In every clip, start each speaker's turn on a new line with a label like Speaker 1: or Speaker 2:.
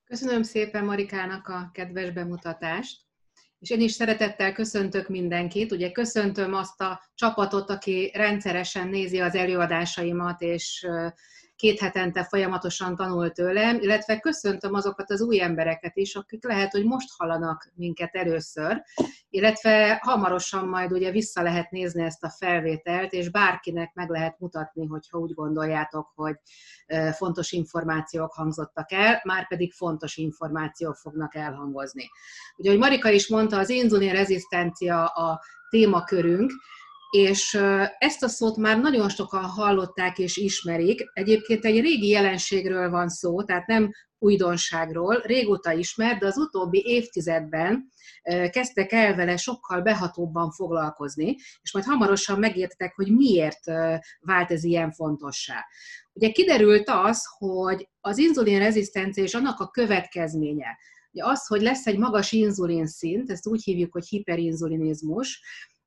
Speaker 1: Köszönöm szépen Marikának a kedves bemutatást, és én is szeretettel köszöntök mindenkit. Ugye köszöntöm azt a csapatot, aki rendszeresen nézi az előadásaimat, és 2 hetente folyamatosan tanul tőlem, illetve köszöntöm azokat az új embereket is, akik lehet, hogy most hallanak minket először, illetve hamarosan majd ugye vissza lehet nézni ezt a felvételt, és bárkinek meg lehet mutatni, hogyha úgy gondoljátok, hogy fontos információk hangzottak el, már pedig fontos információk fognak elhangozni. Ugye, ahogy Marika is mondta, az inzulinrezisztencia a témakörünk, és ezt a szót már nagyon sokan hallották és ismerik. Egyébként egy régi jelenségről van szó, tehát nem újdonságról, régóta ismert, de az utóbbi évtizedben kezdtek el vele sokkal behatóbban foglalkozni, és majd hamarosan megértek, hogy miért vált ez ilyen fontossá. Ugye kiderült az, hogy az inzulinrezisztencia és annak a következménye, ugye az, hogy lesz egy magas inzulinszint, ezt úgy hívjuk, hogy hiperinzulinizmus,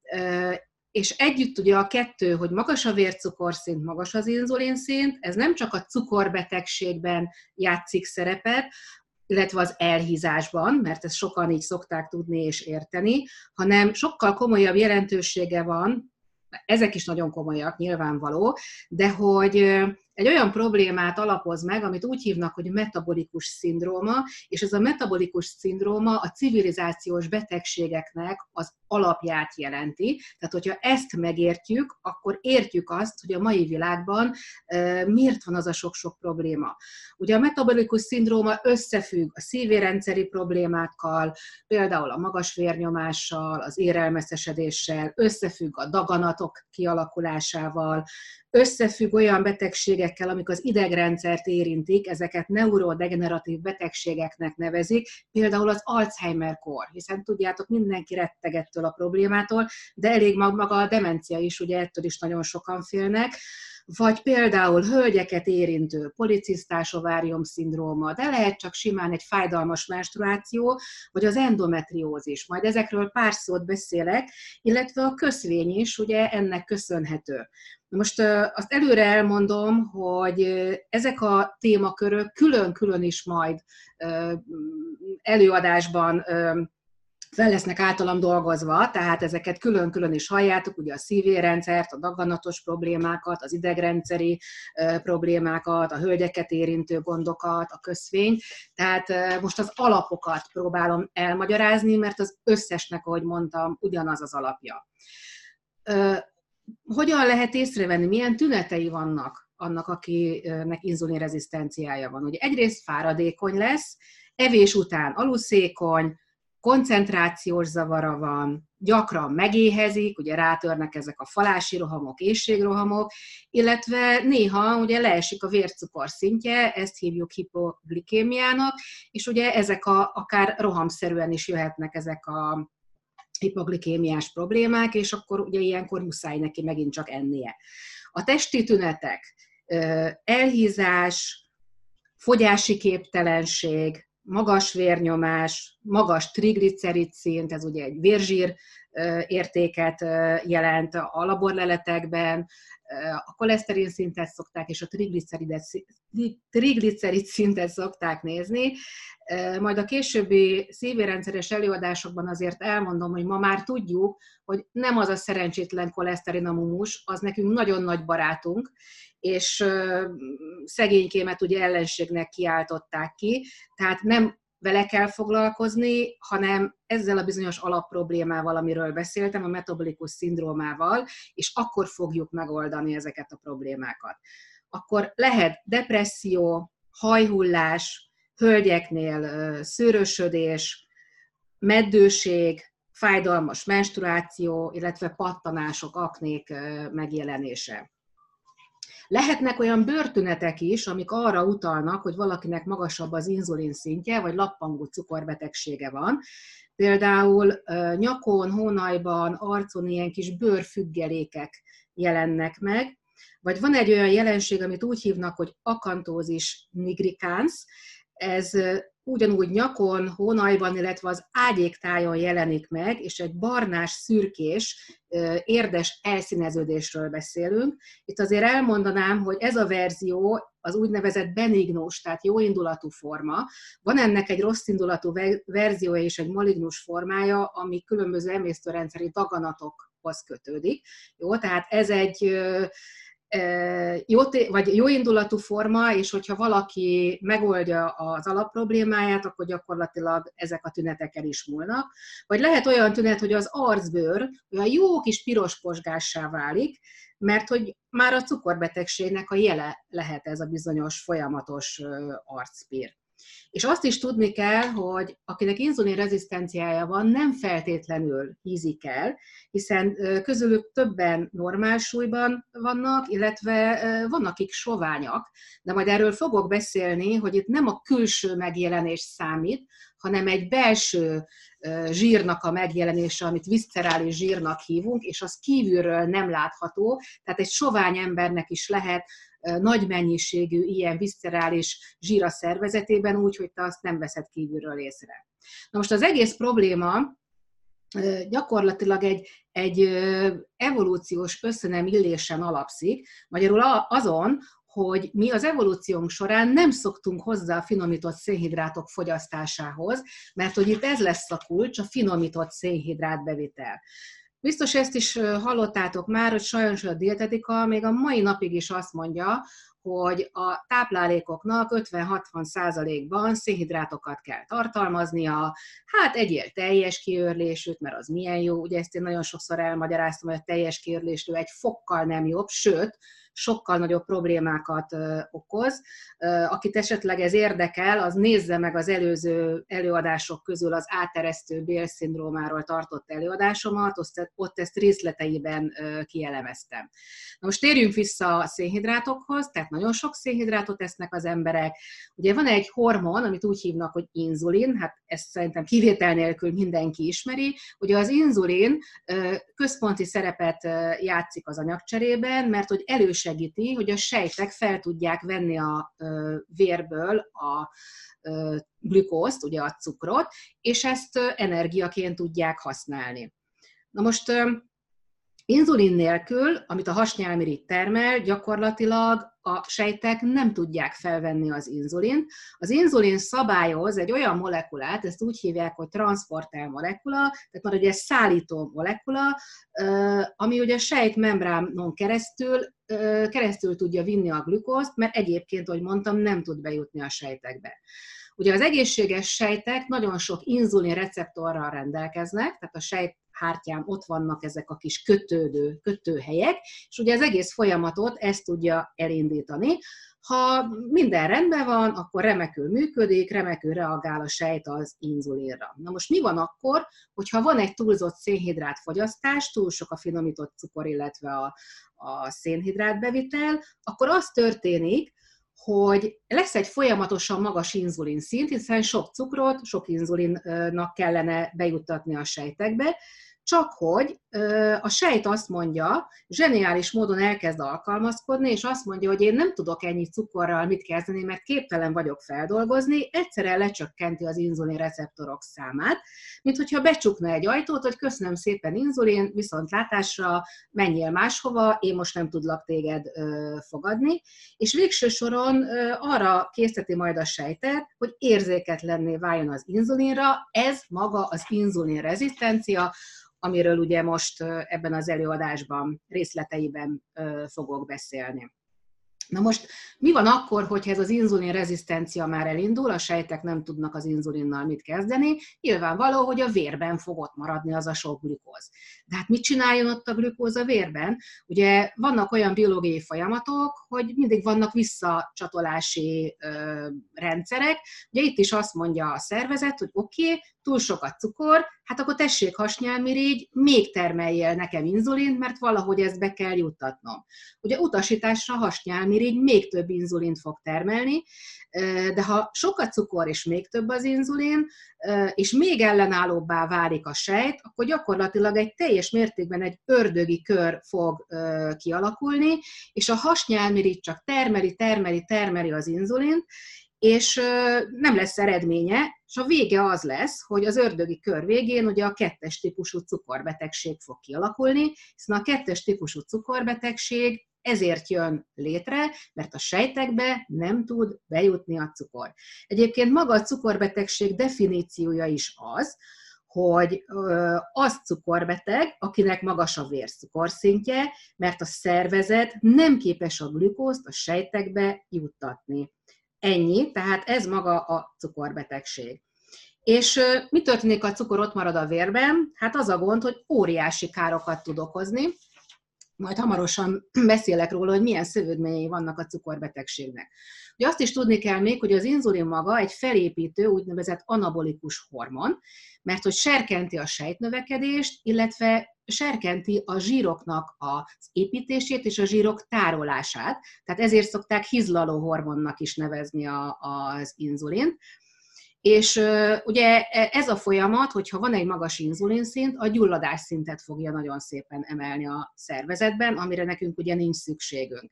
Speaker 1: és együtt ugye a kettő, hogy magas a vércukorszint, magas az inzulinszint, ez nem csak a cukorbetegségben játszik szerepet, illetve az elhízásban, mert ezt sokan így szokták tudni és érteni, hanem sokkal komolyabb jelentősége van, ezek is nagyon komolyak, nyilvánvaló, de hogy egy olyan problémát alapoz meg, amit úgy hívnak, hogy metabolikus szindróma, és ez a metabolikus szindróma a civilizációs betegségeknek az alapját jelenti. Tehát, hogyha ezt megértjük, akkor értjük azt, hogy a mai világban miért van az a sok-sok probléma. Ugye a metabolikus szindróma összefügg a szívérendszeri problémákkal, például a magas vérnyomással, az érrelmeszesedéssel, összefügg a daganatok kialakulásával, összefügg olyan betegségekkel, amik az idegrendszert érintik, ezeket neurodegeneratív betegségeknek nevezik, például az Alzheimer-kór, hiszen tudjátok, mindenki retteg ettől a problémától, de elég maga a demencia is, ugye ettől is nagyon sokan félnek, vagy például hölgyeket érintő policisztás ovárium-szindróma, de lehet csak simán egy fájdalmas menstruáció, vagy az endometriózis. Majd ezekről pár szót beszélek, illetve a köszvény is ugye ennek köszönhető. Most azt előre elmondom, hogy ezek a témakörök külön-külön is majd előadásban fel lesznek általam dolgozva, tehát ezeket külön-külön is halljátok, ugye a szívérrendszert, a daganatos problémákat, az idegrendszeri problémákat, a hölgyeket érintő gondokat, a köszvényt. Tehát most az alapokat próbálom elmagyarázni, mert az összesnek, ahogy mondtam, ugyanaz az alapja. Hogyan lehet észrevenni, milyen tünetei vannak annak, akinek inzulinrezisztenciája van? Ugye egyrészt fáradékony lesz, evés után aluszékony, koncentrációs zavara van, gyakran megéhezik, ugye rátörnek ezek a falási rohamok, éhségrohamok, illetve néha ugye leesik a vércukor szintje, ezt hívjuk hipoglikémiának, és ugye ezek akár rohamszerűen is jöhetnek ezek a hipoglikémiás problémák, és akkor ugye ilyenkor muszáj neki megint csak ennie. A testi tünetek, elhízás, fogyási képtelenség, magas vérnyomás, magas triglicerid szint, ez ugye egy vérzsír értéket jelent a laborleletekben, a koleszterin szintet szokták, és a triglicerid szintet szokták nézni. Majd a későbbi szívérendszeres előadásokban azért elmondom, hogy ma már tudjuk, hogy nem az a szerencsétlen koleszterinamumus, az nekünk nagyon nagy barátunk, és szegénykémet ugye ellenségnek kiáltották ki, tehát nem vele kell foglalkozni, hanem ezzel a bizonyos alapproblémával, amiről beszéltem, a metabolikus szindrómával, és akkor fogjuk megoldani ezeket a problémákat. Akkor lehet depresszió, hajhullás, hölgyeknél szőrösödés, meddőség, fájdalmas menstruáció, illetve pattanások, aknék megjelenése. Lehetnek olyan bőrtünetek is, amik arra utalnak, hogy valakinek magasabb az inzulin szintje, vagy lappangó cukorbetegsége van. Például nyakon, hónajban, arcon ilyen kis bőrfüggelékek jelennek meg, vagy van egy olyan jelenség, amit úgy hívnak, hogy akantózis nigricans, ez ugyanúgy nyakon, hónajban, illetve az ágyéktájon jelenik meg, és egy barnás, szürkés, érdes elszíneződésről beszélünk. Itt azért elmondanám, hogy ez a verzió az úgynevezett benignus, tehát jóindulatú forma. Van ennek egy rosszindulatú verziója és egy malignus formája, ami különböző emésztőrendszeri daganatokhoz kötődik. Jó, tehát ez egy jóindulatú forma, és hogyha valaki megoldja az alapproblémáját, akkor gyakorlatilag ezek a tünetek el is múlnak. Vagy lehet olyan tünet, hogy az arcbőr olyan jó kis piros posgássá válik, mert hogy már a cukorbetegségnek a jele lehet ez a bizonyos folyamatos arcpír. És azt is tudni kell, hogy akinek inzulinrezisztenciája van, nem feltétlenül hízik el, hiszen közülük többen normál súlyban vannak, illetve vannak, akik soványak, de majd erről fogok beszélni, hogy itt nem a külső megjelenés számít, hanem egy belső zsírnak a megjelenése, amit viszcerális zsírnak hívunk, és az kívülről nem látható, tehát egy sovány embernek is lehet nagy mennyiségű ilyen viszcerális zsír a szervezetében, úgyhogy te azt nem veszed kívülről észre. Na most az egész probléma gyakorlatilag egy evolúciós összenemillésen alapszik, magyarul azon, hogy mi az evolúciónk során nem szoktunk hozzá a finomított szénhidrátok fogyasztásához, mert hogy itt ez lesz a kulcs, a finomított szénhidrátbevitel. Biztos ezt is hallottátok már, hogy sajnos a dietetika még a mai napig is azt mondja, hogy a táplálékoknak 50-60%-ban szénhidrátokat kell tartalmaznia, hát egyél teljes kiőrlésűt, mert az milyen jó, ugye ezt én nagyon sokszor elmagyaráztam, hogy a teljes kiőrlésű egy fokkal nem jobb, sőt, sokkal nagyobb problémákat okoz. Akit esetleg ez érdekel, az nézze meg az előző előadások közül az áteresztő bélszindrómáról tartott előadásomat, ott ezt részleteiben kielemeztem. Na most térjünk vissza a szénhidrátokhoz, tehát nagyon sok szénhidrátot esznek az emberek. Ugye van egy hormon, amit úgy hívnak, hogy inzulin, hát ezt szerintem kivétel nélkül mindenki ismeri. Ugye az inzulin központi szerepet játszik az anyagcserében, mert hogy elősegíti, hogy a sejtek fel tudják venni a vérből a glükózt, ugye a cukrot, és ezt energiaként tudják használni. Na most inzulin nélkül, amit a hasnyálmirigy termel, gyakorlatilag a sejtek nem tudják felvenni az inzulint. Az inzulin szabályoz egy olyan molekulát, ezt úgy hívják, hogy transzporter molekula, tehát már ugye szállító molekula, ami ugye a sejtmembránon keresztül tudja vinni a glükózt, mert egyébként, ahogy mondtam, nem tud bejutni a sejtekbe. Ugye az egészséges sejtek nagyon sok inzulin receptorral rendelkeznek, tehát a sejthártyán ott vannak ezek a kis kötőhelyek, és ugye az egész folyamatot ezt tudja elindítani. Ha minden rendben van, akkor remekül működik, remekül reagál a sejt az inzulinra. Na most mi van akkor, hogyha van egy túlzott szénhidrátfogyasztás, túl sok a finomított cukor, illetve a szénhidrátbevitel, akkor az történik, hogy lesz egy folyamatosan magas inzulin szint, hiszen sok cukrot, sok inzulinnak kellene bejuttatni a sejtekbe, csak hogy a sejt azt mondja, zseniális módon elkezd alkalmazkodni, és azt mondja, hogy én nem tudok ennyi cukorral mit kezdeni, mert képtelen vagyok feldolgozni, egyszerűen lecsökkenti az inzulin receptorok számát, mint hogyha becsukna egy ajtót, hogy köszönöm szépen inzulin, viszontlátásra, menjél máshova, én most nem tudlak téged fogadni, és végső soron arra készteti majd a sejtet, hogy érzéketlenné váljon az inzulinra, ez maga az inzulinrezisztencia, amiről ugye most ebben az előadásban részleteiben fogok beszélni. Na most mi van akkor, hogyha ez az inzulinrezisztencia már elindul, a sejtek nem tudnak az inzulinnal mit kezdeni, nyilvánvaló, hogy a vérben fog ott maradni az a sok glükóz. De hát mit csináljon ott a glükóz a vérben? Ugye vannak olyan biológiai folyamatok, hogy mindig vannak visszacsatolási rendszerek. Ugye itt is azt mondja a szervezet, hogy oké, túl sok a cukor, hát akkor tessék hasnyálmirigy, még termeljél nekem inzulint, mert valahogy ezt be kell juttatnom. Ugye utasításra hasnyálmirigy még több inzulint fog termelni, de ha sok a cukor és még több az inzulin, és még ellenállóbbá válik a sejt, akkor gyakorlatilag egy teljes mértékben egy ördögi kör fog kialakulni, és a hasnyálmirigy csak termeli az inzulint, és nem lesz eredménye, és a vége az lesz, hogy az ördögi kör végén ugye a 2-es típusú cukorbetegség fog kialakulni, hiszen a 2-es típusú cukorbetegség ezért jön létre, mert a sejtekbe nem tud bejutni a cukor. Egyébként maga a cukorbetegség definíciója is az, hogy az cukorbeteg, akinek magas a vércukorszintje, mert a szervezet nem képes a glükózt a sejtekbe juttatni. Ennyi, tehát ez maga a cukorbetegség. És mi történik, ha a cukor ott marad a vérben? Hát az a gond, hogy óriási károkat tud okozni, majd hamarosan beszélek róla, hogy milyen szövődményei vannak a cukorbetegségnek. Ugye azt is tudni kell még, hogy az inzulin maga egy felépítő, úgynevezett anabolikus hormon, mert hogy serkenti a sejtnövekedést, illetve serkenti a zsíroknak az építését és a zsírok tárolását, tehát ezért szokták hizlaló hormonnak is nevezni az inzulint. És ugye ez a folyamat, hogyha van egy magas inzulinszint, a gyulladásszintet fogja nagyon szépen emelni a szervezetben, amire nekünk ugye nincs szükségünk.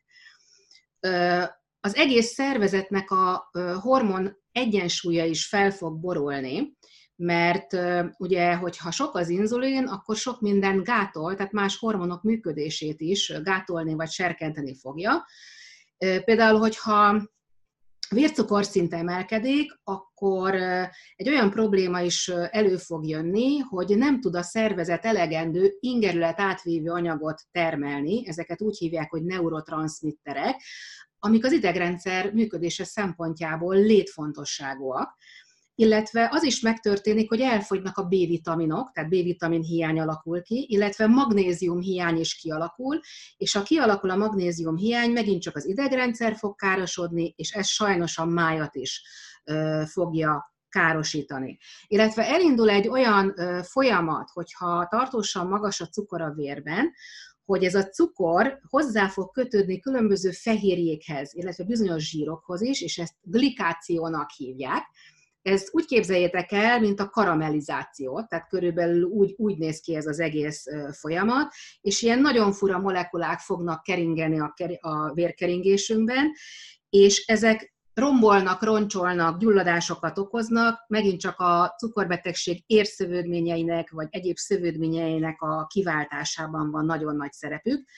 Speaker 1: Az egész szervezetnek a hormon egyensúlya is fel fog borulni, mert ugye, hogyha sok az inzulin, akkor sok minden gátol, tehát más hormonok működését is gátolni vagy serkenteni fogja. Például, hogyha vércukorszint emelkedik, akkor egy olyan probléma is elő fog jönni, hogy nem tud a szervezet elegendő ingerület átvívő anyagot termelni, ezeket úgy hívják, hogy neurotranszmitterek, amik az idegrendszer működése szempontjából létfontosságúak, illetve az is megtörténik, hogy elfogynak a B-vitaminok, tehát B-vitamin hiány alakul ki, illetve magnézium hiány is kialakul, és ha kialakul a magnézium hiány, megint csak az idegrendszer fog károsodni, és ez sajnos a májat is fogja károsítani. Illetve elindul egy olyan folyamat, hogyha tartósan magas a cukor a vérben, hogy ez a cukor hozzá fog kötődni különböző fehérjékhez, illetve bizonyos zsírokhoz is, és ezt glikációnak hívják. Ezt úgy képzeljétek el, mint a karamellizációt, tehát körülbelül úgy néz ki ez az egész folyamat, és ilyen nagyon fura molekulák fognak keringeni a vérkeringésünkben, és ezek rombolnak, roncsolnak, gyulladásokat okoznak, megint csak a cukorbetegség érszövődményeinek, vagy egyéb szövődményeinek a kiváltásában van nagyon nagy szerepük.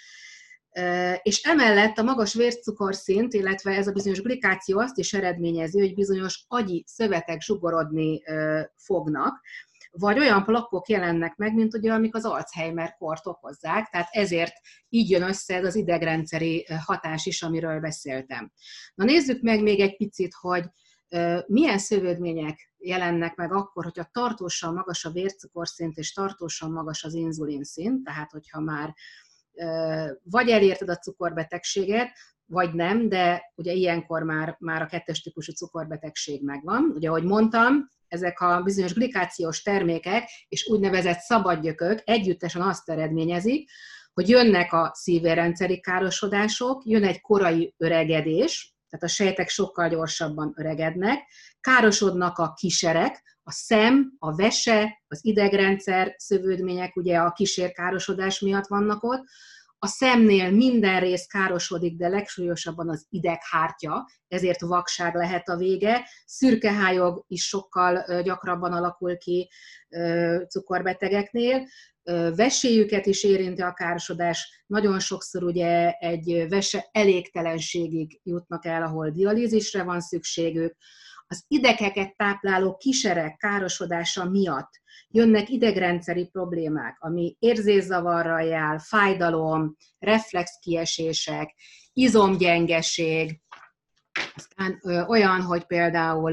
Speaker 1: És emellett a magas vércukorszint, illetve ez a bizonyos glikáció azt is eredményezi, hogy bizonyos agyi szövetek zsugorodni fognak, vagy olyan plakkok jelennek meg, mint ugye, amik az Alzheimer-kort okozzák, tehát ezért így jön össze ez az idegrendszeri hatás is, amiről beszéltem. Na nézzük meg még egy picit, hogy milyen szövődmények jelennek meg akkor, hogyha tartósan magas a vércukorszint és tartósan magas az inzulinszint, tehát hogyha már vagy elérted a cukorbetegséget, vagy nem, de ugye ilyenkor már a 2-es típusú cukorbetegség megvan. Ugye, ahogy mondtam, ezek a bizonyos glikációs termékek és úgynevezett szabadgyökök együttesen azt eredményezik, hogy jönnek a szívérrendszeri károsodások, jön egy korai öregedés, tehát a sejtek sokkal gyorsabban öregednek, károsodnak a kiserek, a szem, a vese, az idegrendszer szövődmények ugye a kísérkárosodás miatt vannak ott, a szemnél minden rész károsodik, de legsúlyosabban az ideghártya, ezért vakság lehet a vége. Szürkehályog is sokkal gyakrabban alakul ki cukorbetegeknél. Veséjüket is érinti a károsodás, nagyon sokszor ugye egy vese elégtelenségig jutnak el, ahol dialízisre van szükségük. Az idegeket tápláló kiserek károsodása miatt jönnek idegrendszeri problémák, ami érzészavarral jár, fájdalom, reflexkiesések, izomgyengeség, aztán olyan, hogy például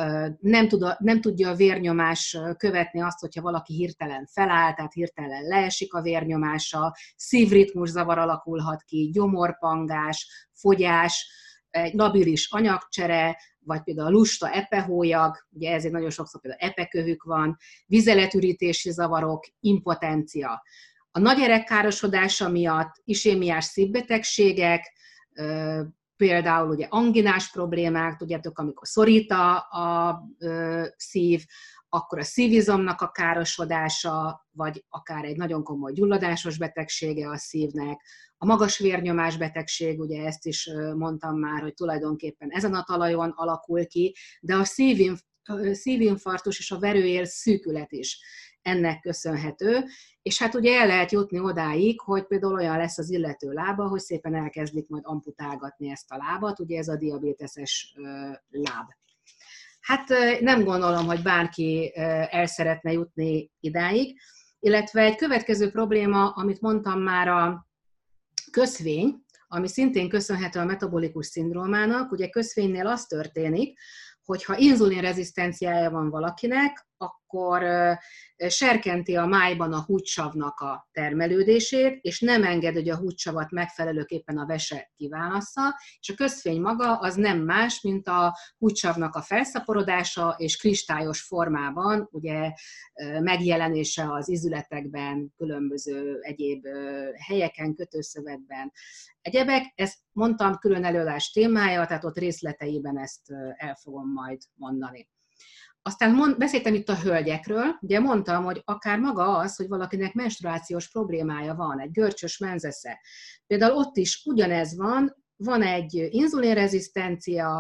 Speaker 1: nem tudja a vérnyomás követni azt, hogyha valaki hirtelen feláll, tehát hirtelen leesik a vérnyomása, szívritmuszavar alakulhat ki, gyomorpangás, fogyás, egy labilis anyagcsere, vagy például a lusta epehólyag, ugye ezért nagyon sokszor például epekövük van, vizeletürítési zavarok, impotencia. A nagy erekkárosodása miatt isémiás szívbetegségek, például ugye anginás problémák, tudjátok, amikor szorít a szív, akkor a szívizomnak a károsodása, vagy akár egy nagyon komoly gyulladásos betegsége a szívnek, a magas vérnyomás betegség, ugye ezt is mondtam már, hogy tulajdonképpen ezen a talajon alakul ki, de a szívinfarktus és a verőér szűkület is ennek köszönhető, és hát ugye el lehet jutni odáig, hogy például olyan lesz az illető lába, hogy szépen elkezdik majd amputálgatni ezt a lábat, ugye ez a diabéteses láb. Hát nem gondolom, hogy bárki el szeretne jutni idáig, illetve egy következő probléma, amit mondtam már, a köszvény, ami szintén köszönhető a metabolikus szindrómának. Ugye köszvénynél az történik, hogyha inzulinrezisztenciája van valakinek, akkor serkenti a májban a húgysavnak a termelődését, és nem enged, hogy a húgysavat megfelelőképpen a vese kiválassza, és a köszvény maga az nem más, mint a húgysavnak a felszaporodása és kristályos formában, ugye megjelenése az izületekben, különböző egyéb helyeken, kötőszövetben, egyebek. Ezt mondtam, külön előadás témája, tehát ott részleteiben ezt el fogom majd mondani. Aztán beszéltem itt a hölgyekről, ugye mondtam, hogy akár maga az, hogy valakinek menstruációs problémája van, egy görcsös menzesze. Például ott is ugyanez van egy inzulinrezisztencia,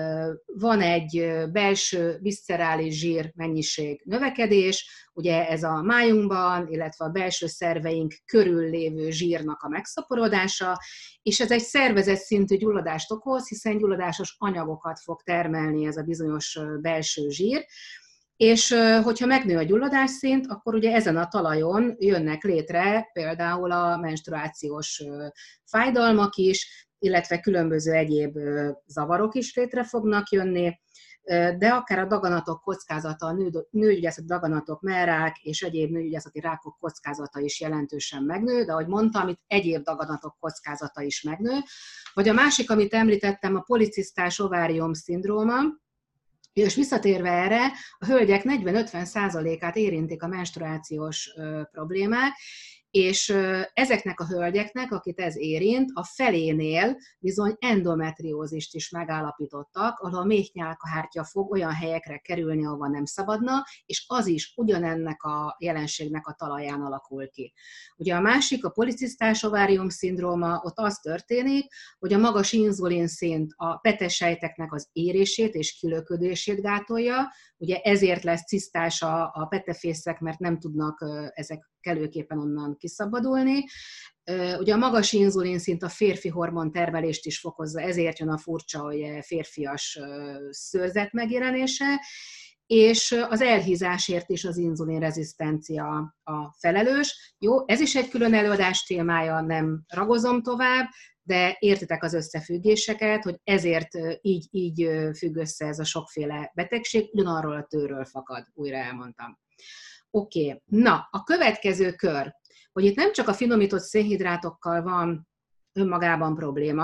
Speaker 1: van egy belső viszcerális zsír mennyiség növekedés, ugye ez a májunkban, illetve a belső szerveink körül lévő zsírnak a megszaporodása, és ez egy szervezet szintű gyulladást okoz, hiszen gyulladásos anyagokat fog termelni ez a bizonyos belső zsír, és hogyha megnő a gyulladásszint, akkor ugye ezen a talajon jönnek létre például a menstruációs fájdalmak is, illetve különböző egyéb zavarok is létre fognak jönni, de akár a daganatok kockázata, a nőgyógyászati daganatok, mellrák és egyéb nőgyógyászati rákok kockázata is jelentősen megnő, de ahogy mondtam, itt egyéb daganatok kockázata is megnő. Vagy a másik, amit említettem, a policisztás ovárium szindróma, és visszatérve erre, a hölgyek 40-50%-át érintik a menstruációs problémák, és ezeknek a hölgyeknek, akit ez érint, a felénél bizony endometriózist is megállapítottak, ahol a méhnyálkahártya fog olyan helyekre kerülni, ahova nem szabadna, és az is ugyanennek a jelenségnek a talaján alakul ki. Ugye a másik, a policisztás ovárium szindróma, ott az történik, hogy a magas inzulinszint a petesejteknek az érését és kilöködését gátolja, ugye ezért lesz cisztás a petefészek, mert nem tudnak ezek kellőképpen onnan kiszabadulni. Ugye a magas inzulinszint a férfi hormon termelést is fokozza, ezért jön a furcsa, hogy férfias szőrzet megjelenése, és az elhízásért is az inzulinrezisztencia a felelős. Jó, ez is egy külön előadás témája, nem ragozom tovább, de értitek az összefüggéseket, hogy ezért így függ össze ez a sokféle betegség, ugyanarról a tőről fakad, újra elmondtam. Oké, na, a következő kör, hogy itt nem csak a finomított szénhidrátokkal van önmagában probléma,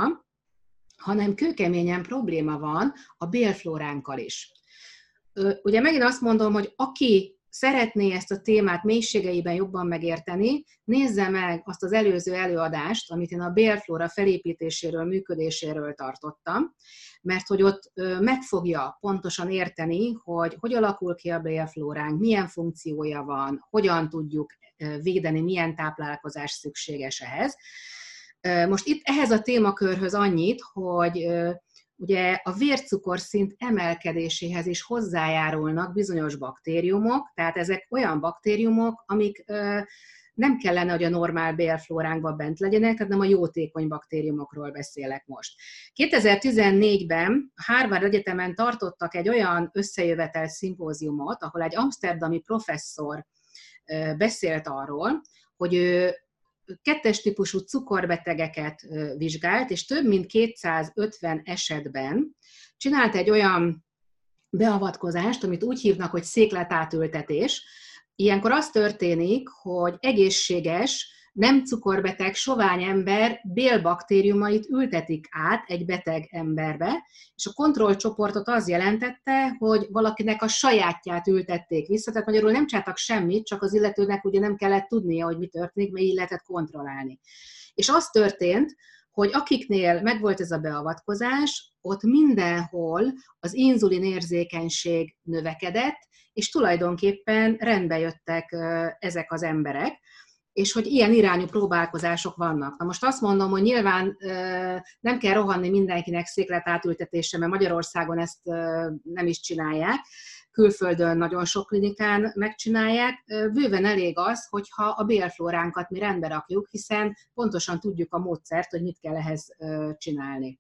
Speaker 1: hanem kőkeményen probléma van a bélflóránkkal is. Ugye megint azt mondom, hogy aki szeretné ezt a témát mélységeiben jobban megérteni, nézze meg azt az előző előadást, amit én a bélflóra felépítéséről, működéséről tartottam, mert hogy ott meg fogja pontosan érteni, hogy alakul ki a bélflóránk, milyen funkciója van, hogyan tudjuk védeni, milyen táplálkozás szükséges ehhez. Most itt ehhez a témakörhöz annyit, hogy ugye a vércukorszint emelkedéséhez is hozzájárulnak bizonyos baktériumok, tehát ezek olyan baktériumok, amik nem kellene, hogy a normál bélflóránkban bent legyenek, hanem a jótékony baktériumokról beszélek most. 2014-ben a Harvard Egyetemen tartottak egy olyan összejövetel szimpóziumot, ahol egy amszterdami professzor beszélt arról, hogy ő kettes típusú cukorbetegeket vizsgált, és több mint 250 esetben csinált egy olyan beavatkozást, amit úgy hívnak, hogy székletátültetés. Ilyenkor az történik, hogy egészséges, nem cukorbeteg, sovány ember bélbaktériumait ültetik át egy beteg emberbe, és a kontrollcsoportot az jelentette, hogy valakinek a sajátját ültették vissza, tehát magyarul nem csináltak semmit, csak az illetőnek ugye nem kellett tudnia, hogy mi történik, mert így lehetett kontrollálni. És az történt, hogy akiknél megvolt ez a beavatkozás, ott mindenhol az inzulin érzékenység növekedett, és tulajdonképpen rendbe jöttek ezek az emberek, és hogy ilyen irányú próbálkozások vannak. Na most azt mondom, hogy nyilván nem kell rohanni mindenkinek székletátültetésre, mert Magyarországon ezt nem is csinálják, külföldön nagyon sok klinikán megcsinálják. Bőven elég az, hogyha a bélflóránkat mi rendbe rakjuk, hiszen pontosan tudjuk a módszert, hogy mit kell ehhez csinálni.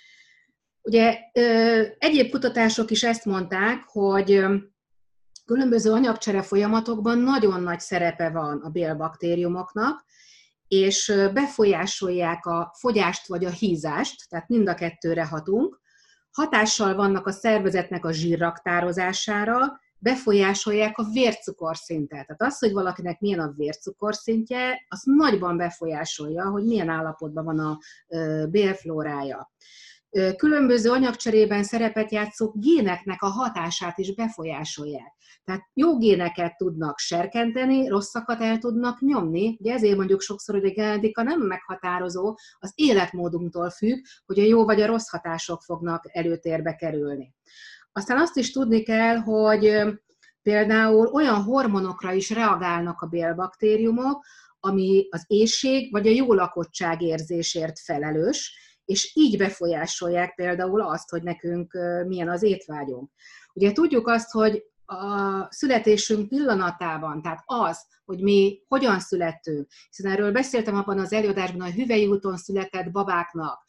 Speaker 1: Ugye egyéb kutatások is ezt mondták, hogy különböző anyagcsere folyamatokban nagyon nagy szerepe van a bélbaktériumoknak, és befolyásolják a fogyást vagy a hízást, tehát mind a kettőre hatunk. Hatással vannak a szervezetnek a zsírraktározására, befolyásolják a vércukorszintet. Tehát az, hogy valakinek milyen a vércukorszintje, az nagyban befolyásolja, hogy milyen állapotban van a bélflórája. Különböző anyagcserében szerepet játszó géneknek a hatását is befolyásolják. Tehát jó géneket tudnak serkenteni, rosszakat el tudnak nyomni, ugye ezért mondjuk sokszor, hogy a genetika nem meghatározó, az életmódunktól függ, hogy a jó vagy a rossz hatások fognak előtérbe kerülni. Aztán azt is tudni kell, hogy például olyan hormonokra is reagálnak a bélbaktériumok, ami az éhség vagy a jó lakottság érzésért felelős, és így befolyásolják például azt, hogy nekünk milyen az étvágyunk. Ugye tudjuk azt, hogy a születésünk pillanatában, tehát az, hogy mi hogyan születtünk, hiszen erről beszéltem abban az előadásban, a hüvely úton született babáknak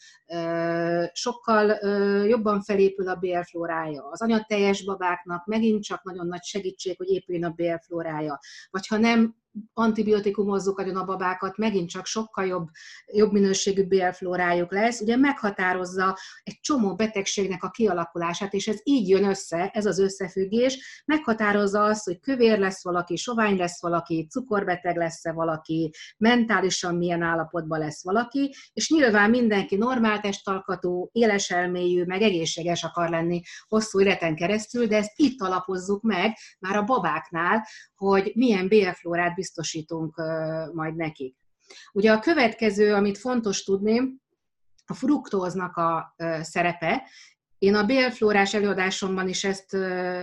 Speaker 1: sokkal jobban felépül a bélflórája. Az anyateljes babáknak megint csak nagyon nagy segítség, hogy épüljön a bélflórája. Vagy ha nem antibiotikumozzuk agyon a babákat, megint csak sokkal jobb minőségű bélflórájuk lesz, ugye meghatározza egy csomó betegségnek a kialakulását, és ez így jön össze, ez az összefüggés, meghatározza azt, hogy kövér lesz valaki, sovány lesz valaki, cukorbeteg lesz-e valaki, mentálisan milyen állapotban lesz valaki, és nyilván mindenki normál testalkatú, éles elmélyű, meg egészséges akar lenni hosszú életen keresztül, de ezt itt alapozzuk meg már a babáknál, hogy milyen bélflórát biztosítunk majd nekik. Ugye a következő, amit fontos tudni, a fruktóznak a szerepe. Én a bélflórás előadásomban is ezt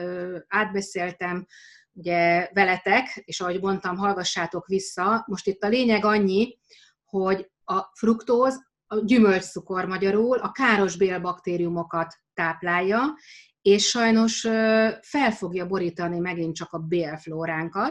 Speaker 1: átbeszéltem ugye veletek, és ahogy mondtam, hallgassátok vissza. Most itt a lényeg annyi, hogy a fruktóz, a gyümölcscukor magyarul, a káros bélbaktériumokat táplálja, és sajnos fel fogja borítani megint csak a bélflóránkat,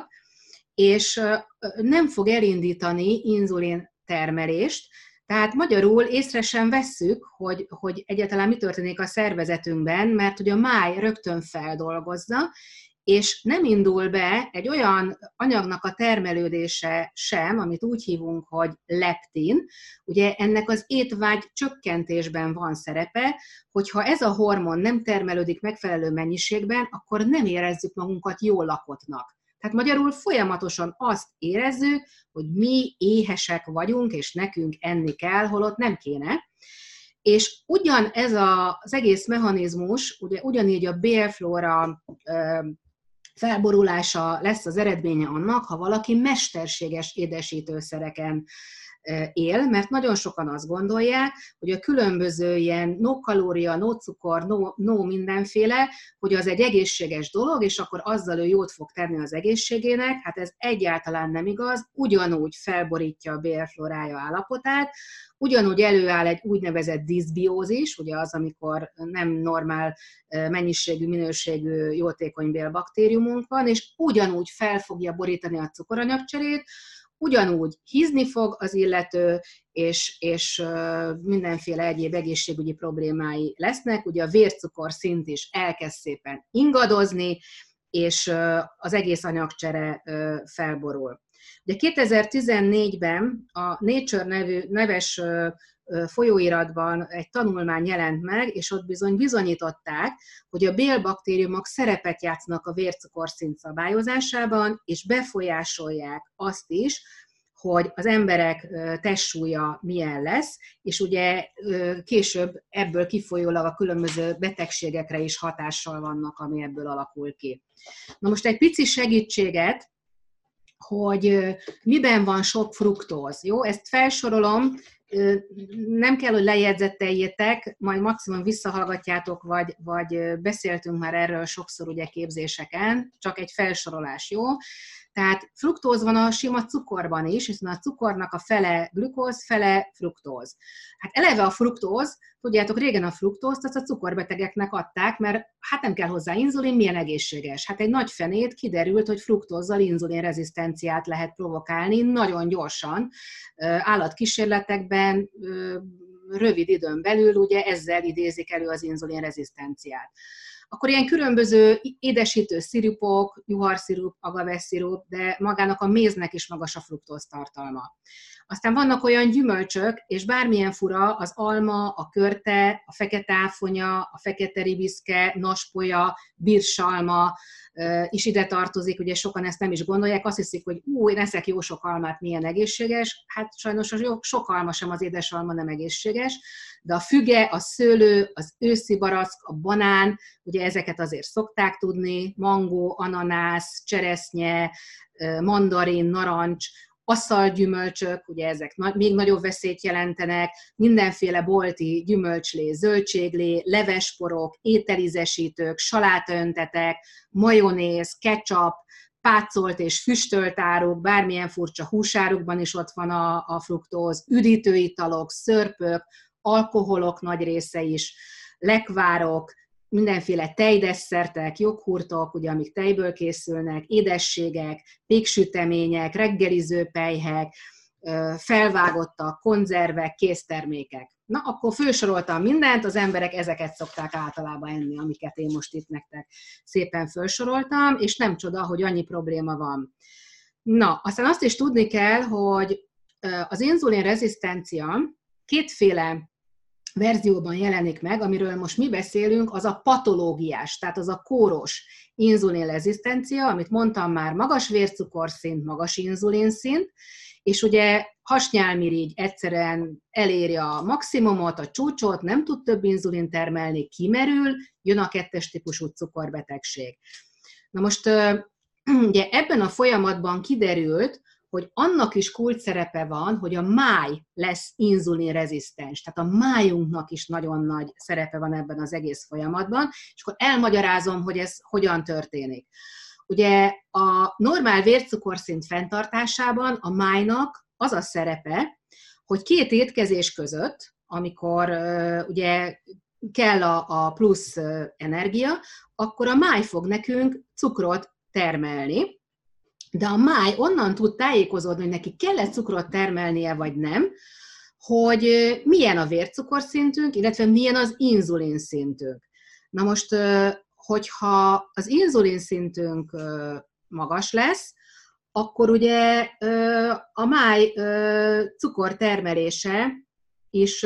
Speaker 1: és nem fog elindítani inzulin termelést, tehát magyarul észre sem vesszük, hogy egyáltalán mi történik a szervezetünkben, mert ugye a máj rögtön feldolgozza, és nem indul be egy olyan anyagnak a termelődése sem, amit úgy hívunk, hogy leptin. Ugye ennek az étvágy csökkentésben van szerepe, hogyha ez a hormon nem termelődik megfelelő mennyiségben, akkor nem érezzük magunkat jól lakottnak. Tehát magyarul folyamatosan azt érezzük, hogy mi éhesek vagyunk, és nekünk enni kell, holott nem kéne. És ugyan ez az egész mechanizmus, ugye ugyanígy a bélflóra felborulása lesz az eredménye annak, ha valaki mesterséges édesítőszereken él, mert nagyon sokan azt gondolják, hogy a különböző ilyen no kalória, no cukor, no mindenféle, hogy az egy egészséges dolog, és akkor azzal ő jót fog tenni az egészségének, hát ez egyáltalán nem igaz, ugyanúgy felborítja a bélflórája állapotát, ugyanúgy előáll egy úgynevezett diszbiózis, ugye az, amikor nem normál mennyiségű, minőségű, jótékony bélbaktériumunk van, és ugyanúgy fel fogja borítani a cukoranyagcserét, ugyanúgy hízni fog az illető, és mindenféle egyéb egészségügyi problémái lesznek, ugye a vércukorszint is elkezd szépen ingadozni, és az egész anyagcsere felborul. Ugye 2014-ben a Nature neves folyóiratban egy tanulmány jelent meg, és ott bizonyították, hogy a bélbaktériumok szerepet játszanak a vércukorszint szabályozásában, és befolyásolják azt is, hogy az emberek testsúlya milyen lesz, és ugye később ebből kifolyólag a különböző betegségekre is hatással vannak, ami ebből alakul ki. Na most egy pici segítséget, hogy miben van sok fruktóz. Jó, ezt felsorolom, nem kell, hogy lejegyzetteljétek, majd maximum visszahallgatjátok, vagy beszéltünk már erről sokszor ugye képzéseken, csak egy felsorolás, jó? Tehát fruktóz van a sima cukorban is, hiszen a cukornak a fele glükóz, fele fruktóz. Hát eleve a fruktóz, tudjátok, régen a fruktózt azt a cukorbetegeknek adták, mert hát nem kell hozzá inzulin, milyen egészséges. Hát egy nagy fenét kiderült, hogy fruktózzal inzulinrezisztenciát lehet provokálni nagyon gyorsan. Állatkísérletekben rövid időn belül ugye ezzel idézik elő az inzulinrezisztenciát. Akkor ilyen különböző édesítő szirupok, juharszirup, agaveszirup, de magának a méznek is magas a fruktóz tartalma. Aztán vannak olyan gyümölcsök, és bármilyen fura, az alma, a körte, a fekete áfonya, a fekete ribiszke, naspolya, birsalma is ide tartozik, ugye sokan ezt nem is gondolják, azt hiszik, hogy én eszek jó sok almát, milyen egészséges, hát sajnos a sok alma sem, az édesalma nem egészséges, de a füge, a szőlő, az őszi barack, a banán, ugye ezeket azért szokták tudni, mangó, ananász, cseresznye, mandarin, narancs, asszalgyümölcsök, ugye ezek még nagyobb veszélyt jelentenek, mindenféle bolti gyümölcslé, zöldséglé, levesporok, ételízesítők, salátaöntetek, majonéz, ketchup, pácolt és füstölt áruk, bármilyen furcsa húsárukban is ott van a fruktóz, üdítőitalok, szörpök, alkoholok nagy része is, lekvárok, mindenféle tejdesszertek, joghurtok, ugye, amik tejből készülnek, édességek, péksütemények, reggelizőpelyhek, felvágottak, konzervek, késztermékek. Na, akkor felsoroltam mindent, az emberek ezeket szokták általában enni, amiket én most itt nektek szépen felsoroltam, és nem csoda, hogy annyi probléma van. Na, aztán azt is tudni kell, hogy az inzulinrezisztencia kétféle verzióban jelenik meg, amiről most mi beszélünk, az a patológiás, tehát az a kóros inzulinrezisztencia, amit mondtam már, magas vércukorszint, magas inzulinszint, és ugye hasnyálmirigy egyszerűen eléri a maximumot, a csúcsot, nem tud több inzulin termelni, kimerül, jön a 2-es típusú cukorbetegség. Na most ugye ebben a folyamatban kiderült, hogy annak is kulcs szerepe van, hogy a máj lesz inzulinrezisztens. Tehát a májunknak is nagyon nagy szerepe van ebben az egész folyamatban, és akkor elmagyarázom, hogy ez hogyan történik. Ugye a normál vércukorszint fenntartásában a májnak az a szerepe, hogy 2 étkezés között, amikor ugye kell a plusz energia, akkor a máj fog nekünk cukrot termelni, de a máj onnan tud tájékozódni, hogy neki kell-e cukrot termelnie, vagy nem, hogy milyen a vércukorszintünk, illetve milyen az inzulinszintünk. Na most, hogyha az inzulinszintünk magas lesz, akkor ugye a máj cukortermelése is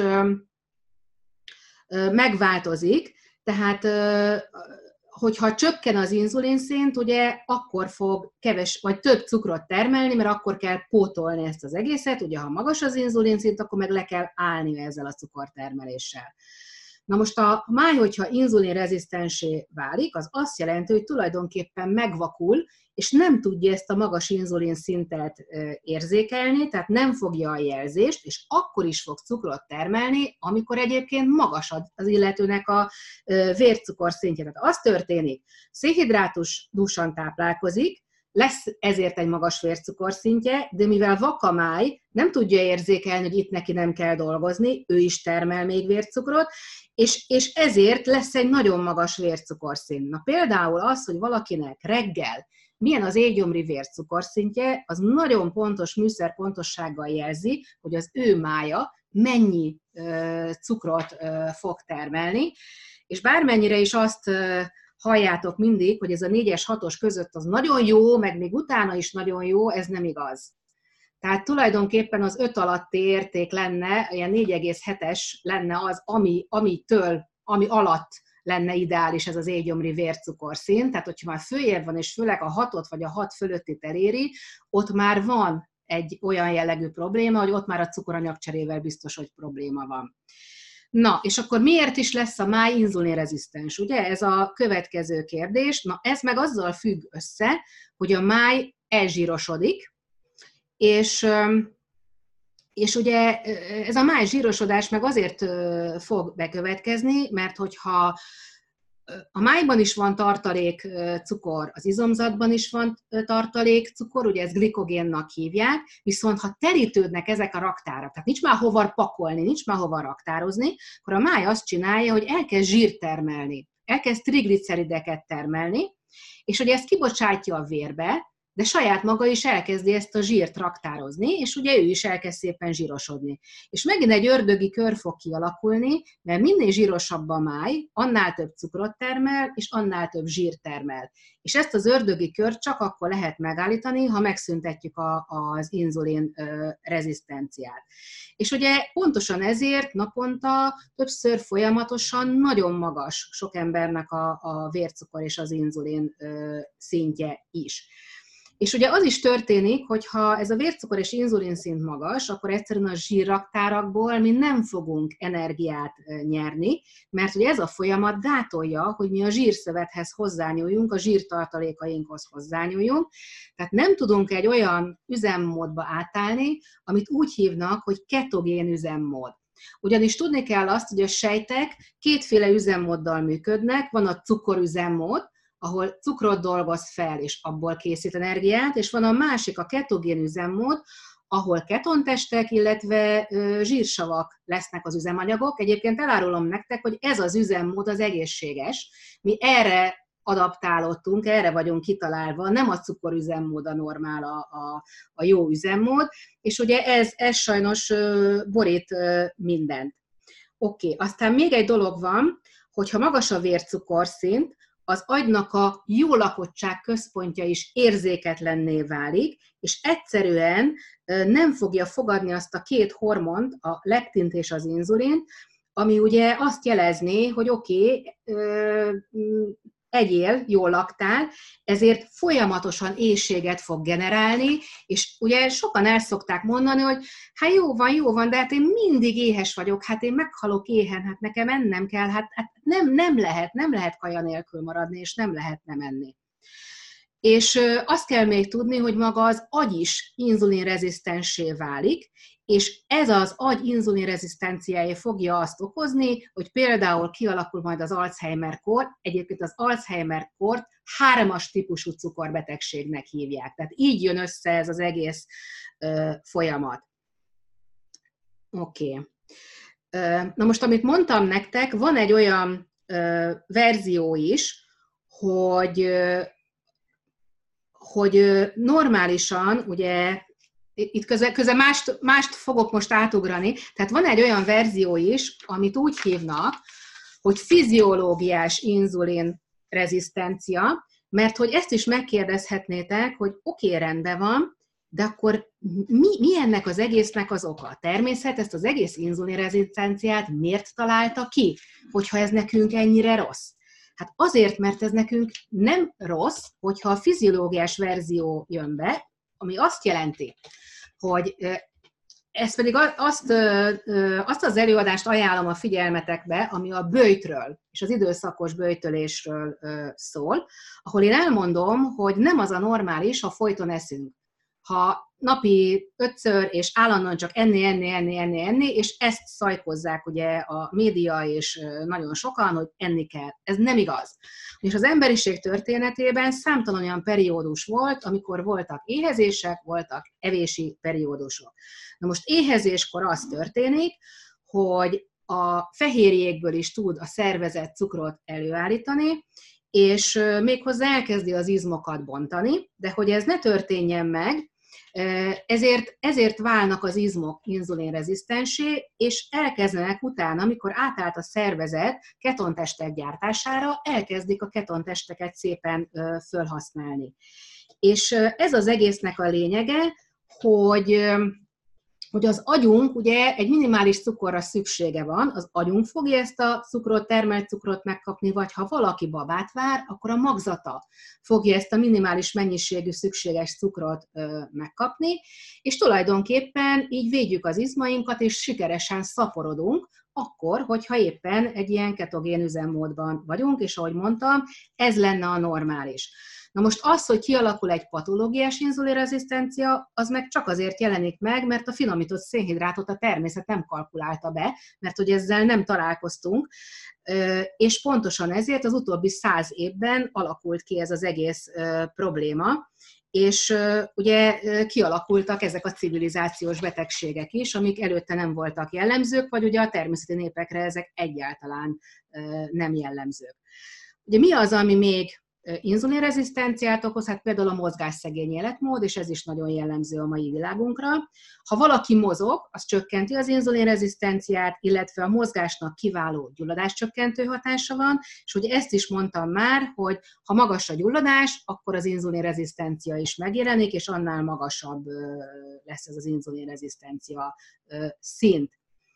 Speaker 1: megváltozik, tehát hogyha csökken az inzulinszint, ugye akkor fog vagy több cukrot termelni, mert akkor kell pótolni ezt az egészet, ugye ha magas az inzulinszint, akkor meg le kell állni ezzel a cukortermeléssel. Na most a máj, hogyha inzulinrezisztensé válik, az azt jelenti, hogy tulajdonképpen megvakul, és nem tudja ezt a magas inzulin szintet érzékelni, tehát nem fogja a jelzést, és akkor is fog cukrot termelni, amikor egyébként magas az illetőnek a vércukorszintje. Tehát az történik, szénhidrátusan táplálkozik, lesz ezért egy magas vércukorszintje, de mivel vak a máj, nem tudja érzékelni, hogy itt neki nem kell dolgozni, ő is termel még vércukrot, és ezért lesz egy nagyon magas vércukorszint. Na például az, hogy valakinek reggel milyen az éjgyomri vércukorszintje, az nagyon pontos műszerpontossággal jelzi, hogy az ő mája mennyi cukrot fog termelni, és bármennyire is azt halljátok mindig, hogy ez a 4-es, 6-os között az nagyon jó, meg még utána is nagyon jó, ez nem igaz. Tehát tulajdonképpen az 5 alatti érték lenne, ilyen 4,7-es lenne az, ami alatt lenne ideális ez az éjgyomri vércukorszint. Tehát, hogyha már följebb van, és főleg a 6-ot vagy a 6 fölöttit eléri, ott már van egy olyan jellegű probléma, hogy ott már a cukoranyagcserével biztos, hogy probléma van. Na, és akkor miért is lesz a máj inzulinrezisztens? Ugye ez a következő kérdés. Na, ez meg azzal függ össze, hogy a máj elzsírosodik, és És ugye ez a máj zsírosodás meg azért fog bekövetkezni, mert hogyha a májban is van tartalék cukor, az izomzatban is van tartalék cukor, ugye ezt glikogénnak hívják, viszont ha terítődnek ezek a raktárak, tehát nincs már hova pakolni, nincs már hova raktározni, akkor a máj azt csinálja, hogy elkezd zsírt termelni, elkezd triglicerideket termelni, és ugye ezt kibocsátja a vérbe, de saját maga is elkezdi ezt a zsírt raktározni, és ugye ő is elkezd szépen zsírosodni. És megint egy ördögi kör fog kialakulni, mert minél zsírosabb a máj, annál több cukrot termel, és annál több zsírt termel. És ezt az ördögi kört csak akkor lehet megállítani, ha megszüntetjük az inzulin rezisztenciát. És ugye pontosan ezért naponta többször folyamatosan nagyon magas sok embernek a vércukor és az inzulin szintje is. És ugye az is történik, hogy ha ez a vércukor és inzulin szint magas, akkor egyszerűen a zsírraktárakból mi nem fogunk energiát nyerni, mert ugye ez a folyamat gátolja, hogy mi a zsírszövethez hozzányúljunk, a zsírtartalékainkhoz hozzányúljunk. Tehát nem tudunk egy olyan üzemmódba átállni, amit úgy hívnak, hogy ketogén üzemmód. Ugyanis tudni kell azt, hogy a sejtek kétféle üzemmóddal működnek, van a cukorüzemmód, ahol cukrot dolgoz fel, és abból készít energiát, és van a másik, a ketogén üzemmód, ahol ketontestek, illetve zsírsavak lesznek az üzemanyagok. Egyébként elárulom nektek, hogy ez az üzemmód az egészséges. Mi erre adaptálódtunk, erre vagyunk kitalálva, nem a cukorüzemmód a normál, a jó üzemmód, és ugye ez sajnos borít mindent. Oké, aztán még egy dolog van, hogyha magas a vércukorszint, az agynak a jó lakottság központja is érzéketlenné válik, és egyszerűen nem fogja fogadni azt a két hormont, a leptint és az inzulint, ami ugye azt jelezné, hogy oké, egyél, jól laktál, ezért folyamatosan éhséget fog generálni, és ugye sokan el szokták mondani, hogy hát jó van, de hát én mindig éhes vagyok, hát én meghalok éhen, hát nekem ennem kell, hát nem lehet kaja nélkül maradni, és nem lehet nem enni. És azt kell még tudni, hogy maga az agy is inzulinrezisztenssé válik, és ez az agy inzulinrezisztenciája fogja azt okozni, hogy például kialakul majd az Alzheimer-kór, egyébként az Alzheimer-kórt 3-as típusú cukorbetegségnek hívják. Tehát így jön össze ez az egész folyamat. Oké. Na most, amit mondtam nektek, van egy olyan verzió is, hogy normálisan, ugye, itt közben mást fogok most átugrani, tehát van egy olyan verzió is, amit úgy hívnak, hogy fiziológiás inzulin rezisztencia, mert hogy ezt is megkérdezhetnétek, hogy oké, rendben van, de akkor mi ennek az egésznek az oka? A természet ezt az egész inzulinrezisztenciát miért találta ki, hogyha ez nekünk ennyire rossz? Hát azért, mert ez nekünk nem rossz, hogyha a fiziológiás verzió jön be, ami azt jelenti, hogy ez pedig azt az előadást ajánlom a figyelmetekbe, ami a böjtről és az időszakos böjtölésről szól, ahol én elmondom, hogy nem az a normális, ha folyton eszünk. Ha napi 5-ször és állandóan csak enni, és ezt szajkozzák ugye a média és nagyon sokan, hogy enni kell. Ez nem igaz. És az emberiség történetében számtalan olyan periódus volt, amikor voltak éhezések, voltak evési periódusok. Na most éhezéskor az történik, hogy a fehérjékből is tud a szervezet cukrot előállítani, és méghozzá elkezdi az izmokat bontani, de hogy ez ne történjen meg, ezért válnak az izmok inzulinrezisztensé, és elkezdenek utána, amikor átállt a szervezet ketontestek gyártására, elkezdik a ketontesteket szépen fölhasználni. És ez az egésznek a lényege, hogy az agyunk, ugye egy minimális cukorra szüksége van, az agyunk fogja ezt a cukrot, termelt cukrot megkapni, vagy ha valaki babát vár, akkor a magzata fogja ezt a minimális mennyiségű szükséges cukrot megkapni, és tulajdonképpen így védjük az izmainkat, és sikeresen szaporodunk, akkor, hogyha éppen egy ilyen ketogén üzemmódban vagyunk, és ahogy mondtam, ez lenne a normális. Na most az, hogy kialakul egy patológiás inzulinrezisztencia, az meg csak azért jelenik meg, mert a finomított szénhidrátot a természet nem kalkulálta be, mert hogy ezzel nem találkoztunk, és pontosan ezért az utóbbi 100 évben alakult ki ez az egész probléma, és ugye kialakultak ezek a civilizációs betegségek is, amik előtte nem voltak jellemzők, vagy ugye a természeti népekre ezek egyáltalán nem jellemzők. Ugye mi az, ami még inzulinrezisztenciát okoz? Hát például a mozgásszegény életmód, és ez is nagyon jellemző a mai világunkra. Ha valaki mozog, az csökkenti az inzulinrezisztenciát, illetve a mozgásnak kiváló gyulladáscsökkentő hatása van, és ugye ezt is mondtam már, hogy ha magas a gyulladás, akkor az inzulinrezisztencia is megjelenik, és annál magasabb lesz ez az inzulinrezisztencia szint.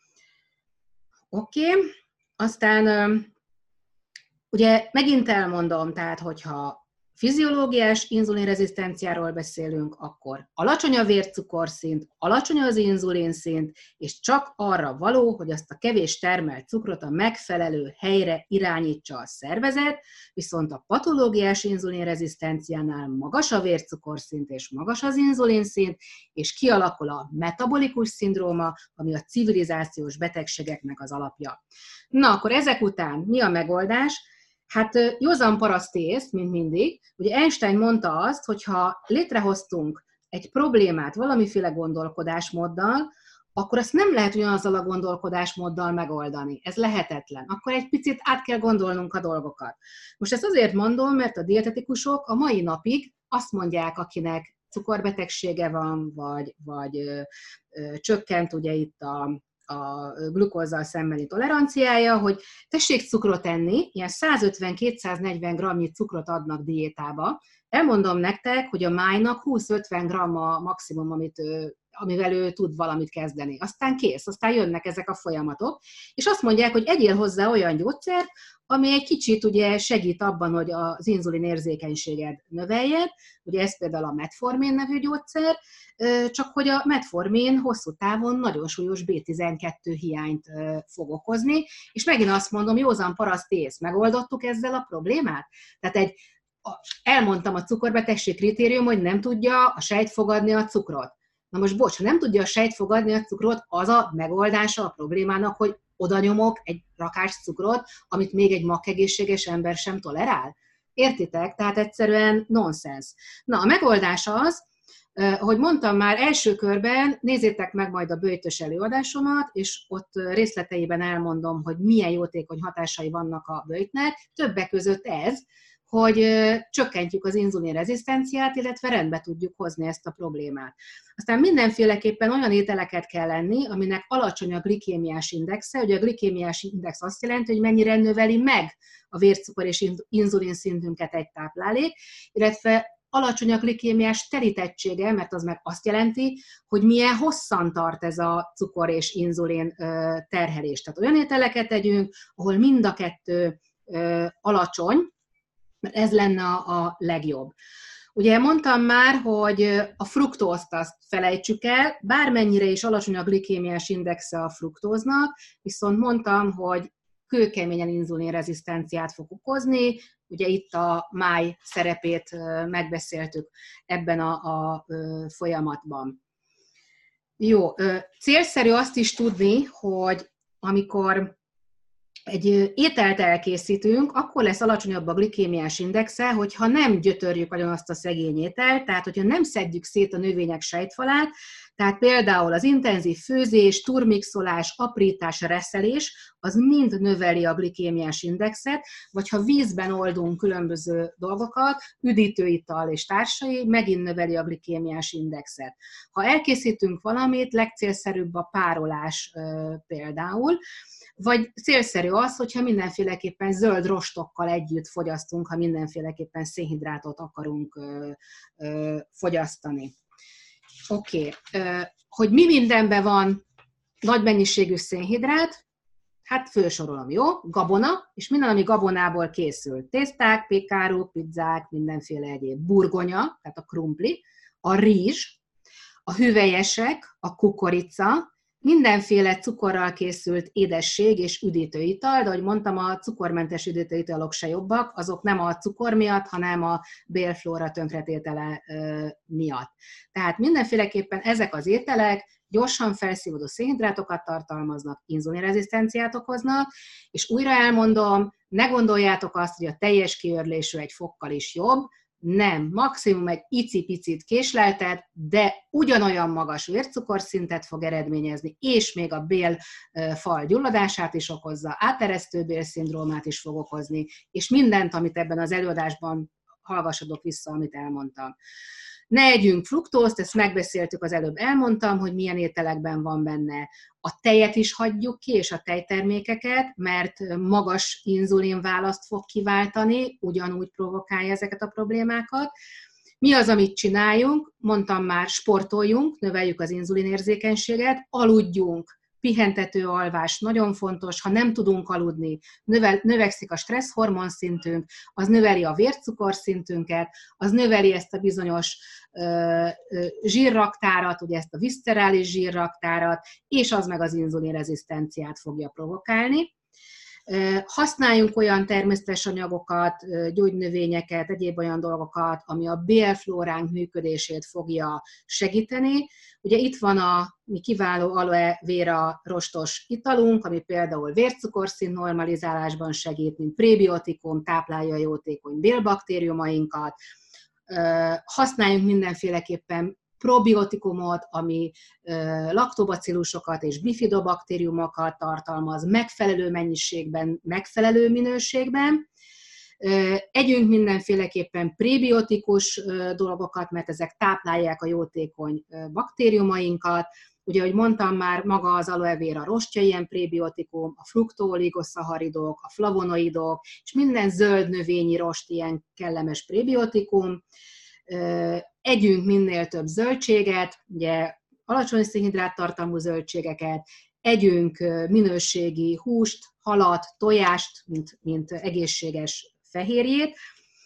Speaker 1: Oké. Aztán ugye megint elmondom, tehát hogyha fiziológiás inzulinrezisztenciáról beszélünk, akkor alacsony a vércukorszint, alacsony az inzulinszint, és csak arra való, hogy azt a kevés termelt cukrot a megfelelő helyre irányítsa a szervezet, viszont a patológiás inzulinrezisztenciánál magas a vércukorszint és magas az inzulinszint, és kialakul a metabolikus szindróma, ami a civilizációs betegségeknek az alapja. Na, akkor ezek után mi a megoldás? Hát józan paraszti ész, mint mindig. Ugye Einstein mondta azt, hogy ha létrehoztunk egy problémát valamiféle gondolkodásmóddal, akkor azt nem lehet ugyanazzal a gondolkodásmóddal megoldani. Ez lehetetlen. Akkor egy picit át kell gondolnunk a dolgokat. Most ezt azért mondom, mert a dietetikusok a mai napig azt mondják, akinek cukorbetegsége van, vagy csökkent ugye itt a glukózzal szembeni toleranciája, hogy tessék cukrot enni, ilyen 150-240 grammnyi cukrot adnak diétába. Elmondom nektek, hogy a májnak 20-50 gramm a maximum, amivel ő tud valamit kezdeni. Aztán kész, aztán jönnek ezek a folyamatok, és azt mondják, hogy egyél hozzá olyan gyógyszert, ami egy kicsit ugye segít abban, hogy az inzulin érzékenységed növeljed, ugye ez például a metformin nevű gyógyszer, csak hogy a metformin hosszú távon nagyon súlyos B12 hiányt fog okozni, és megint azt mondom, józan paraszt ész, megoldottuk ezzel a problémát? Tehát elmondtam a cukorbetegség kritérium, hogy nem tudja a sejt fogadni a cukrot. Na most bocs, ha nem tudja a sejt fogadni a cukrot, az a megoldása a problémának, hogy oda nyomok egy rakás cukrot, amit még egy makkegészséges ember sem tolerál? Értitek? Tehát egyszerűen nonsens. Na, a megoldás az, hogy mondtam már első körben, nézzétek meg majd a böjtös előadásomat, és ott részleteiben elmondom, hogy milyen jótékony hatásai vannak a böjtnek, többek között ez, hogy csökkentjük az inzulinrezisztenciát, illetve rendbe tudjuk hozni ezt a problémát. Aztán mindenféleképpen olyan ételeket kell enni, aminek alacsony a glikémiás indexe. Ugye a glikémiás index azt jelenti, hogy mennyire növeli meg a vércukor és inzulin szintünket egy táplálék, illetve alacsony a glikémiás telítettsége, mert az meg azt jelenti, hogy milyen hosszan tart ez a cukor és inzulin terhelés. Tehát olyan ételeket tegyünk, ahol mind a kettő alacsony, mert ez lenne a legjobb. Ugye mondtam már, hogy a fruktózt azt felejtsük el, bármennyire is alacsony a glikémiás indexe a fruktóznak, viszont mondtam, hogy kőkeményen inzulinrezisztenciát fog okozni, ugye itt a máj szerepét megbeszéltük ebben a folyamatban. Jó, célszerű azt is tudni, hogy amikor egy ételt elkészítünk, akkor lesz alacsonyabb a glikémiás indexe, hogyha nem gyötörjük agyon azt a szegény ételt, tehát hogyha nem szedjük szét a növények sejtfalát, tehát például az intenzív főzés, turmixolás, aprítás, reszelés, az mind növeli a glikémiás indexet, vagy ha vízben oldunk különböző dolgokat, üdítőital és társai, megint növeli a glikémiás indexet. Ha elkészítünk valamit, legcélszerűbb a párolás például, vagy célszerű az, hogyha mindenféleképpen zöld rostokkal együtt fogyasztunk, ha mindenféleképpen szénhidrátot akarunk fogyasztani. Oké. Hogy mi mindenben van nagy mennyiségű szénhidrát, hát fölsorolom, jó? Gabona, és minden, ami gabonából készül. Tészták, pékáruk, pizzák, mindenféle egyéb. Burgonya, tehát a krumpli, a rizs, a hüvelyesek, a kukorica, mindenféle cukorral készült édesség és üdítőital, de ahogy mondtam, a cukormentes üdítőitalok se jobbak, azok nem a cukor miatt, hanem a bélflóra tönkretétele miatt. Tehát mindenféleképpen ezek az ételek gyorsan felszívódó szénhidrátokat tartalmaznak, inzulinrezisztenciát okoznak, és újra elmondom, ne gondoljátok azt, hogy a teljes kiörlésű egy fokkal is jobb, nem, maximum egy icipicit késleltet, de ugyanolyan magas vércukorszintet fog eredményezni, és még a bélfal gyulladását is okozza, áteresztő bélszindrómát is fog okozni, és mindent, amit ebben az előadásban hallgassatok vissza, amit elmondtam. Ne együnk fruktózt, ezt megbeszéltük, az előbb elmondtam, hogy milyen ételekben van benne. A tejet is hagyjuk ki, és a tejtermékeket, mert magas inzulinválaszt fog kiváltani, ugyanúgy provokálja ezeket a problémákat. Mi az, amit csináljunk? Mondtam már, sportoljunk, növeljük az inzulinérzékenységet, aludjunk. Pihentető alvás nagyon fontos, ha nem tudunk aludni, növekszik a stresszhormon szintünk, az növeli a vércukorszintünket, az növeli ezt a bizonyos zsírraktárat, ugye ezt a viszcerális zsírraktárat, és az meg az inzulinrezisztenciát fogja provokálni. Használjunk olyan természetes anyagokat, gyógynövényeket, egyéb olyan dolgokat, ami a bélflóránk működését fogja segíteni. Ugye itt van a mi kiváló aloe vera rostos italunk, ami például vércukorszint normalizálásban segít, mint prébiotikum, táplálja a jótékony bélbaktériumainkat. Használjunk mindenféleképpen probiotikumot, ami laktobacillusokat és bifidobaktériumokat tartalmaz megfelelő mennyiségben, megfelelő minőségben. Együnk mindenféleképpen prébiotikus dolgokat, mert ezek táplálják a jótékony baktériumainkat. Ugye, ahogy mondtam már, maga az aloe vera rostja ilyen prébiotikum, a fruktooligoszaharidok, a flavonoidok, és minden zöld növényi rost ilyen kellemes prébiotikum. Együnk minél több zöldséget, ugye alacsony szénhidrát tartalmú zöldségeket, együnk minőségi húst, halat, tojást, mint egészséges fehérjét.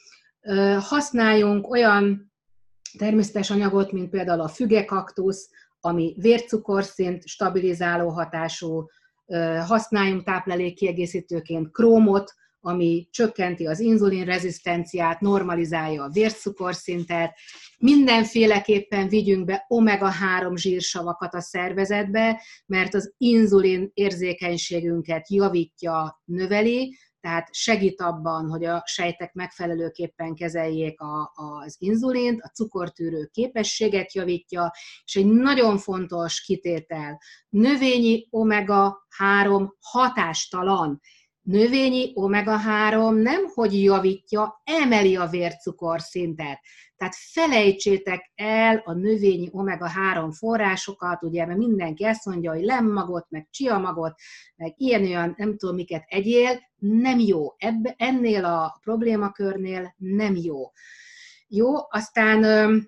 Speaker 1: Használjunk olyan természetes anyagot, mint például a fügekaktusz, ami vércukorszint stabilizáló hatású. Használjunk táplálékkiegészítőként krómot, ami csökkenti az inzulinrezisztenciát, normalizálja a vércukorszintet. Mindenféleképpen vigyünk be omega-3 zsírsavakat a szervezetbe, mert az inzulin érzékenységünket javítja, növeli, tehát segít abban, hogy a sejtek megfelelőképpen kezeljék az inzulint, a cukortűrő képességet javítja, és egy nagyon fontos kitétel, növényi omega-3 hatástalan. Növényi omega-3 nem hogy javítja, emeli a vércukorszintet. Tehát felejtsétek el a növényi omega-3 forrásokat, ugye, mert mindenki azt mondja, hogy lemmagot, meg csiamagot, meg ilyen-olyan, nem tudom miket egyél, nem jó. Ennél a problémakörnél nem jó. Jó, aztán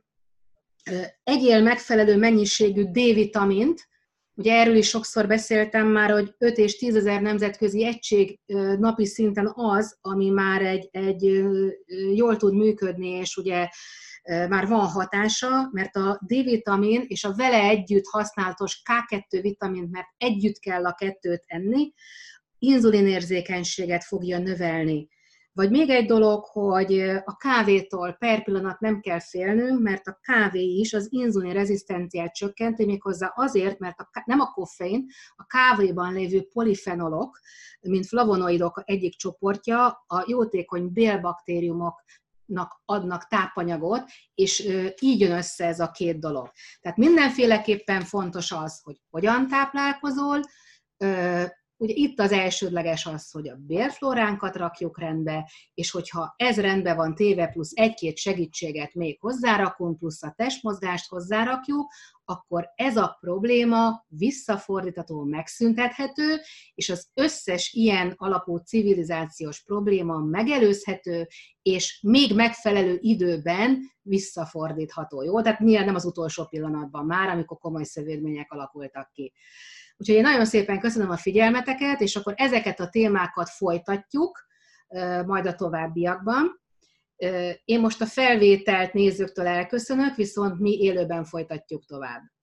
Speaker 1: egyél megfelelő mennyiségű D-vitamint. Ugye erről is sokszor beszéltem már, hogy 5 és 10 000 nemzetközi egység napi szinten az, ami már egy jól tud működni, és ugye már van hatása, mert a D-vitamin és a vele együtt használatos K2 vitamint, mert együtt kell a kettőt enni, inzulinérzékenységet fogja növelni. Vagy még egy dolog, hogy a kávétól per pillanat nem kell félnünk, mert a kávé is az inzulinrezisztenciát csökkenti, méghozzá azért, mert nem a koffein, a kávéban lévő polifenolok, mint flavonoidok egyik csoportja, a jótékony bélbaktériumoknak adnak tápanyagot, és így jön össze ez a két dolog. Tehát mindenféleképpen fontos az, hogy hogyan táplálkozol. Ugye itt az elsődleges az, hogy a bélflóránkat rakjuk rendbe, és hogyha ez rendbe van téve, plusz egy-két segítséget még hozzárakunk, plusz a testmozgást hozzárakjuk, akkor ez a probléma visszafordítható, megszüntethető, és az összes ilyen alapú civilizációs probléma megelőzhető, és még megfelelő időben visszafordítható. Jó? Tehát nyilván nem az utolsó pillanatban már, amikor komoly szövődmények alakultak ki. Úgyhogy én nagyon szépen köszönöm a figyelmeteket, és akkor ezeket a témákat folytatjuk majd a továbbiakban. Én most a felvételt nézőktől elköszönök, viszont mi élőben folytatjuk tovább.